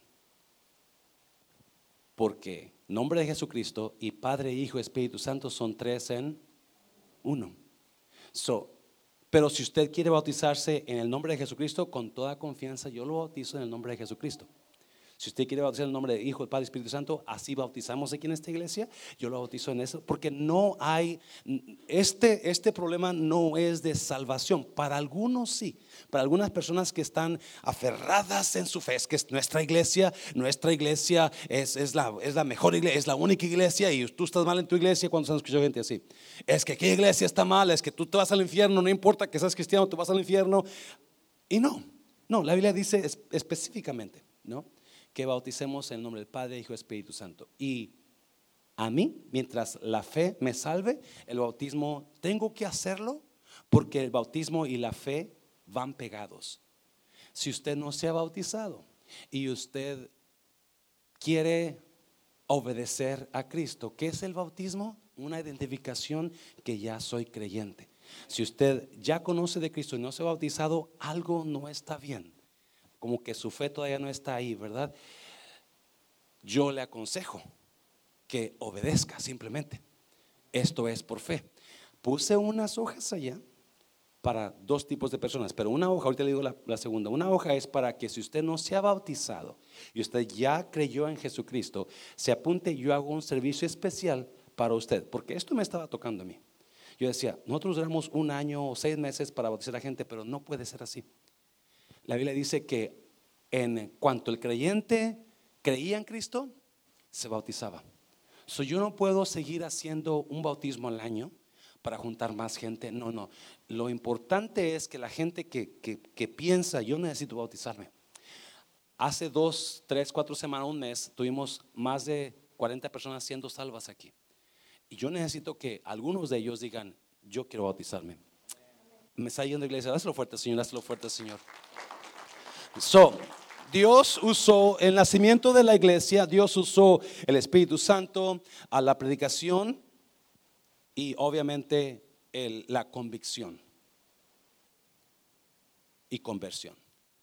Porque nombre de Jesucristo y Padre, Hijo, Espíritu Santo son tres en uno. So, pero si usted quiere bautizarse en el nombre de Jesucristo, con toda confianza, yo lo bautizo en el nombre de Jesucristo. Si usted quiere bautizar en el nombre de Hijo, Padre y Espíritu Santo, así bautizamos aquí en esta iglesia. Yo lo bautizo en eso, porque no hay, este, este problema no es de salvación. Para algunos sí, para algunas personas que están aferradas en su fe, es que es nuestra iglesia, nuestra iglesia es, es, la, es la mejor iglesia, es la única iglesia, y tú estás mal en tu iglesia. Cuando se han escuchado gente así, es que qué iglesia está mal, es que tú te vas al infierno, no importa que seas cristiano, tú vas al infierno. Y no, no, la Biblia dice específicamente, ¿no?, que bauticemos en el nombre del Padre, Hijo y Espíritu Santo. Y a mí, mientras la fe me salve, el bautismo tengo que hacerlo, porque el bautismo y la fe van pegados. Si usted no se ha bautizado y usted quiere obedecer a Cristo, ¿qué es el bautismo? Una identificación que ya soy creyente. Si usted ya conoce de Cristo y no se ha bautizado, algo no está bien, como que su fe todavía no está ahí, ¿verdad? Yo le aconsejo que obedezca simplemente. Esto es por fe. Puse unas hojas allá para dos tipos de personas, pero una hoja, ahorita le digo la, la segunda. Una hoja es para que si usted no se ha bautizado y usted ya creyó en Jesucristo, se apunte. Yo hago un servicio especial para usted, porque esto me estaba tocando a mí. Yo decía, nosotros duramos un año o seis meses para bautizar a gente, pero no puede ser así. La Biblia dice que en cuanto el creyente creía en Cristo, se bautizaba. So, yo no puedo seguir haciendo un bautismo al año para juntar más gente. No, no. Lo importante es que la gente que, que, que piensa, yo necesito bautizarme. Hace dos, tres, cuatro semanas, un mes, tuvimos más de cuarenta personas siendo salvas aquí. Y yo necesito que algunos de ellos digan, yo quiero bautizarme. Me está yendo a la iglesia, dáselo fuerte, Señor, dáselo fuerte, Señor. So, Dios usó el nacimiento de la iglesia, Dios usó el Espíritu Santo, a la predicación y obviamente el, la convicción y conversión.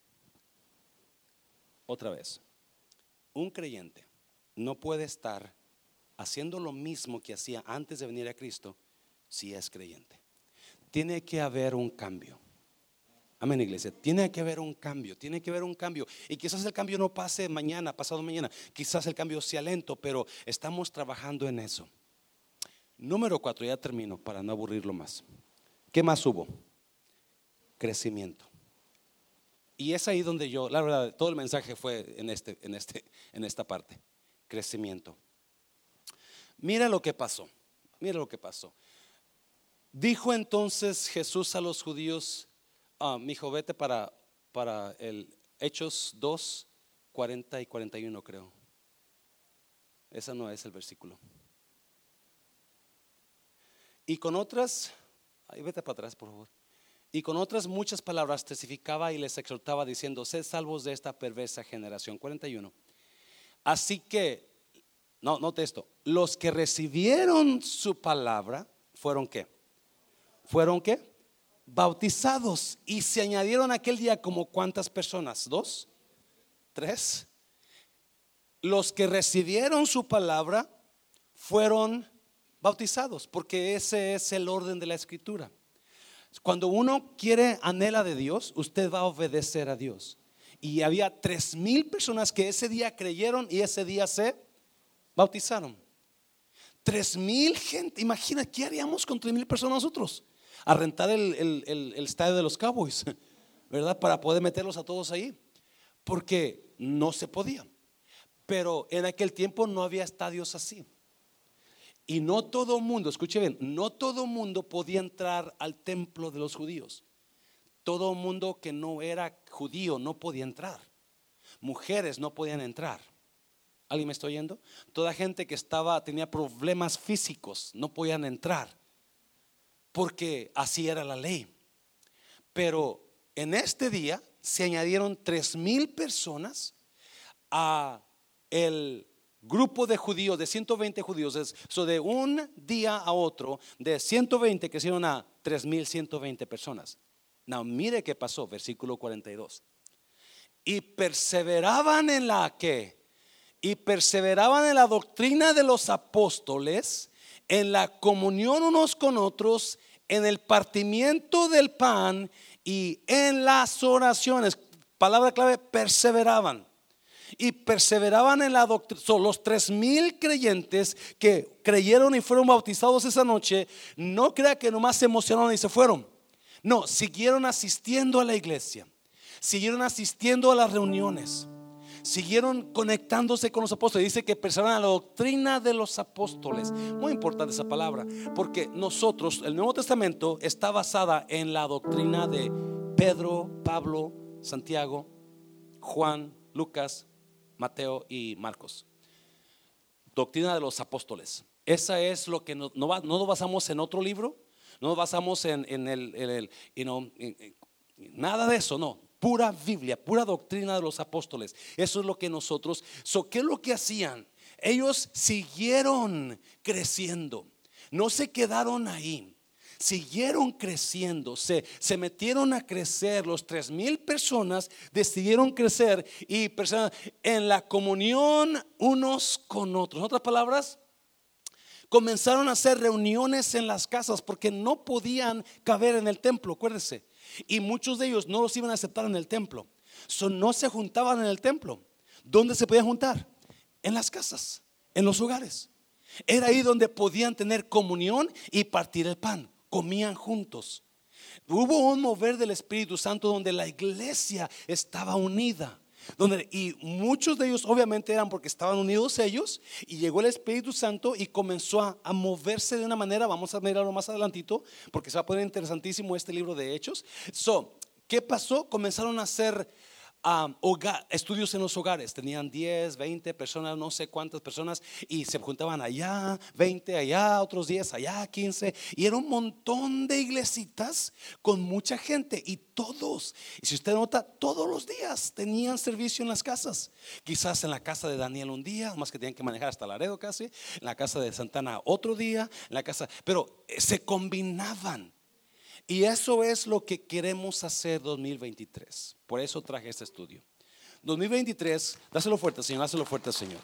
Otra vez, un creyente no puede estar haciendo lo mismo que hacía antes de venir a Cristo si es creyente. Tiene que haber un cambio. Amén, iglesia. Tiene que haber un cambio, tiene que haber un cambio. Y quizás el cambio no pase mañana, pasado mañana. Quizás el cambio sea lento, pero estamos trabajando en eso. Número cuatro, ya termino para no aburrirlo más. ¿Qué más hubo? Crecimiento. Y es ahí donde yo, la verdad, todo el mensaje fue en, este, en, este, en esta parte. Crecimiento. Mira lo que pasó. Mira lo que pasó. Dijo entonces Jesús a los judíos: Ah, mi hijo, vete para, para el Hechos dos, cuarenta y cuarenta y uno, creo. Ese no es el versículo. Y con otras, ahí vete para atrás, por favor. Y con otras muchas palabras testificaba y les exhortaba diciendo: sed salvos de esta perversa generación. cuarenta y uno. Así que, no, note esto: los que recibieron su palabra fueron ¿qué? Fueron ¿qué? Bautizados. Y se añadieron aquel día como ¿cuántas personas? ¿Dos? ¿Tres? Los que recibieron su palabra fueron bautizados, porque ese es el orden de la escritura. Cuando uno quiere, anhela de Dios, usted va a obedecer a Dios. Y había tres mil personas que ese día creyeron y ese día se bautizaron. Tres mil gente. Imagina, ¿qué haríamos con tres mil personas nosotros? A rentar el, el, el, el estadio de los Cowboys, ¿verdad? Para poder meterlos a todos ahí, porque no se podía. Pero en aquel tiempo no había estadios así. Y no todo mundo, escuche bien, no todo mundo podía entrar al templo de los judíos. Todo mundo que no era judío no podía entrar. Mujeres no podían entrar. ¿Alguien me está oyendo? Toda gente que estaba, tenía problemas físicos, no podían entrar, porque así era la ley. Pero en este día se añadieron tres mil personas a el grupo de judíos, de ciento veinte judíos. Es, so de un día a otro, de ciento veinte crecieron a tres mil ciento veinte personas. Now, mire qué pasó, versículo cuarenta y dos. Y perseveraban en la que y perseveraban en la doctrina de los apóstoles, en la comunión unos con otros, en el partimiento del pan y en las oraciones. Palabra clave, perseveraban. Y perseveraban en la doctrina. Son los tres mil creyentes que creyeron y fueron bautizados esa noche. No crea que nomás se emocionaron y se fueron. No, siguieron asistiendo a la iglesia, siguieron asistiendo a las reuniones, siguieron conectándose con los apóstoles. Dice que perseveraban en la doctrina de los apóstoles. Muy importante esa palabra, porque nosotros, el Nuevo Testamento está basada en la doctrina de Pedro, Pablo, Santiago, Juan, Lucas, Mateo y Marcos. Doctrina de los apóstoles. Esa es lo que no, no, va, no nos basamos en otro libro, no nos basamos en, en el, en el you know, en, en, nada de eso, no. Pura Biblia, pura doctrina de los apóstoles. Eso es lo que nosotros. So, ¿qué es lo que hacían? Ellos siguieron creciendo, no se quedaron ahí. Siguieron creciendo, se, se metieron a crecer. Los tres mil personas decidieron crecer y personas en la comunión unos con otros. En otras palabras, comenzaron a hacer reuniones en las casas porque no podían caber en el templo, acuérdense. Y muchos de ellos no los iban a aceptar en el templo. So, no se juntaban en el templo. ¿Dónde se podían juntar? En las casas, en los hogares. Era ahí donde podían tener comunión y partir el pan. Comían juntos. Hubo un mover del Espíritu Santo donde la iglesia estaba unida, donde, y muchos de ellos obviamente eran porque estaban unidos ellos. Y llegó el Espíritu Santo y comenzó a, a moverse de una manera. Vamos a mirarlo más adelantito porque se va a poner interesantísimo este libro de Hechos. So, ¿qué pasó? Comenzaron a hacer Um, hogar, estudios en los hogares. Tenían diez, veinte personas, no sé cuántas personas, y se juntaban allá, veinte allá, otros diez allá, quince. Y era un montón de iglesitas con mucha gente. Y todos, y si usted nota, todos los días tenían servicio en las casas. Quizás en la casa de Daniel un día, más que tenían que manejar hasta Laredo casi. En la casa de Santana otro día, en la casa, pero se combinaban. Y eso es lo que queremos hacer dos mil veintitrés. Por eso traje este estudio. dos mil veintitrés, dáselo fuerte, Señor, dáselo fuerte, Señor.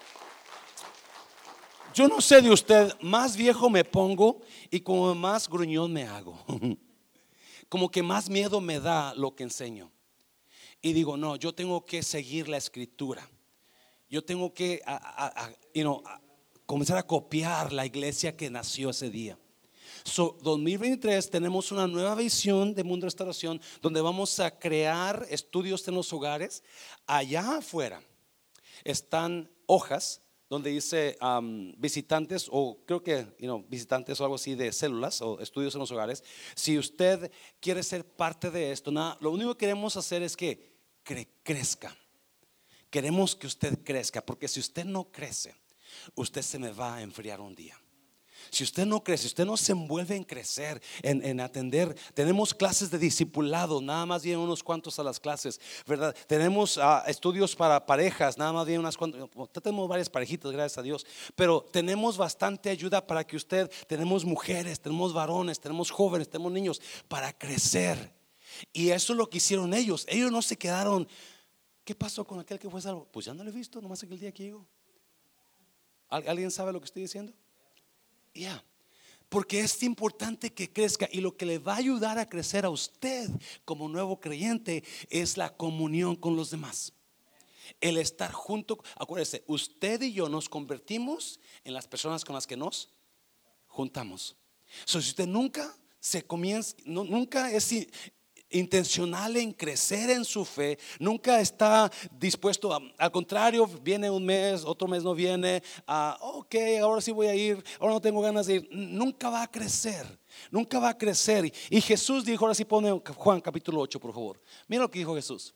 Yo no sé de usted, más viejo me pongo y como más gruñón me hago. Como que más miedo me da lo que enseño. Y digo, no, yo tengo que seguir la escritura. Yo tengo que a, a, a, you know, a comenzar a copiar la iglesia que nació ese día. So, dos mil veintitrés tenemos una nueva visión de Mundo Restauración, donde vamos a crear estudios en los hogares. Allá afuera están hojas donde dice um, visitantes, o creo que you know, visitantes o algo así de células o estudios en los hogares. Si usted quiere ser parte de esto, nada, lo único que queremos hacer es que cre- crezca. Queremos que usted crezca, porque si usted no crece, usted se me va a enfriar un día. Si usted no crece, si usted no se envuelve en crecer, en, en atender, tenemos clases de discipulado, nada más vienen unos cuantos a las clases, ¿verdad? Tenemos uh, estudios para parejas, nada más vienen unas cuantas. Tenemos varias parejitas, gracias a Dios, pero tenemos bastante ayuda para que usted, tenemos mujeres, tenemos varones, tenemos jóvenes, tenemos niños, para crecer. Y eso es lo que hicieron ellos. Ellos no se quedaron. ¿Qué pasó con aquel que fue salvo? Pues ya no lo he visto, nomás aquel día que llegó. ¿Alguien sabe lo que estoy diciendo? Ya, yeah. Porque es importante que crezca, y lo que le va a ayudar a crecer a usted como nuevo creyente es la comunión con los demás. El estar junto. Acuérdese, usted y yo nos convertimos en las personas con las que nos juntamos. So, si usted nunca se comienza, no, nunca es intencional en crecer en su fe, nunca está dispuesto a, al contrario, viene un mes, otro mes no viene, uh, ok, ahora sí voy a ir, ahora no tengo ganas de ir, nunca va a crecer, nunca va a crecer. Y, y Jesús dijo, ahora sí pone Juan capítulo ocho, por favor. Mira lo que dijo Jesús.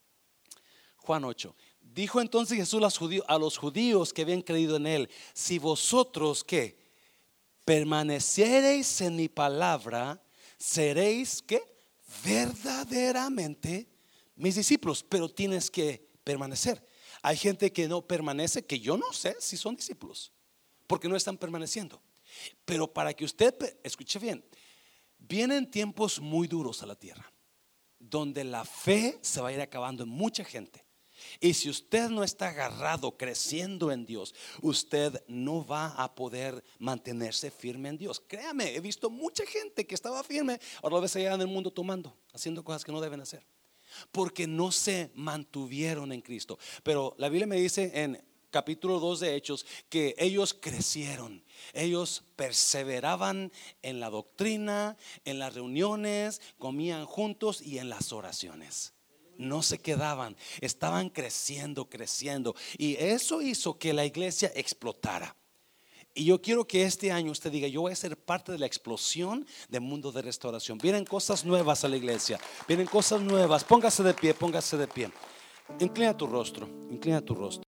Juan ocho. Dijo entonces Jesús a los judíos, a los judíos que habían creído en él: si vosotros ¿qué? Permaneciereis en mi palabra, seréis ¿qué? Verdaderamente mis discípulos. Pero tienes que permanecer. Hay gente que no permanece, que yo no sé si son discípulos, porque no están permaneciendo. Pero para que usted escuche bien, vienen tiempos muy duros a la tierra, donde la fe se va a ir acabando en mucha gente. Y si usted no está agarrado, creciendo en Dios, usted no va a poder mantenerse firme en Dios. Créame, he visto mucha gente que estaba firme, ahora lo ves allá en el mundo tomando, haciendo cosas que no deben hacer, porque no se mantuvieron en Cristo. Pero la Biblia me dice en capítulo dos de Hechos que ellos crecieron, ellos perseveraban en la doctrina, en las reuniones, comían juntos y en las oraciones. No se quedaban, estaban creciendo, creciendo, y eso hizo que la iglesia explotara. Y yo quiero que este año usted diga: yo voy a ser parte de la explosión del mundo de restauración. Vienen cosas nuevas a la iglesia, vienen cosas nuevas. Póngase de pie, póngase de pie. Inclina tu rostro, inclina tu rostro.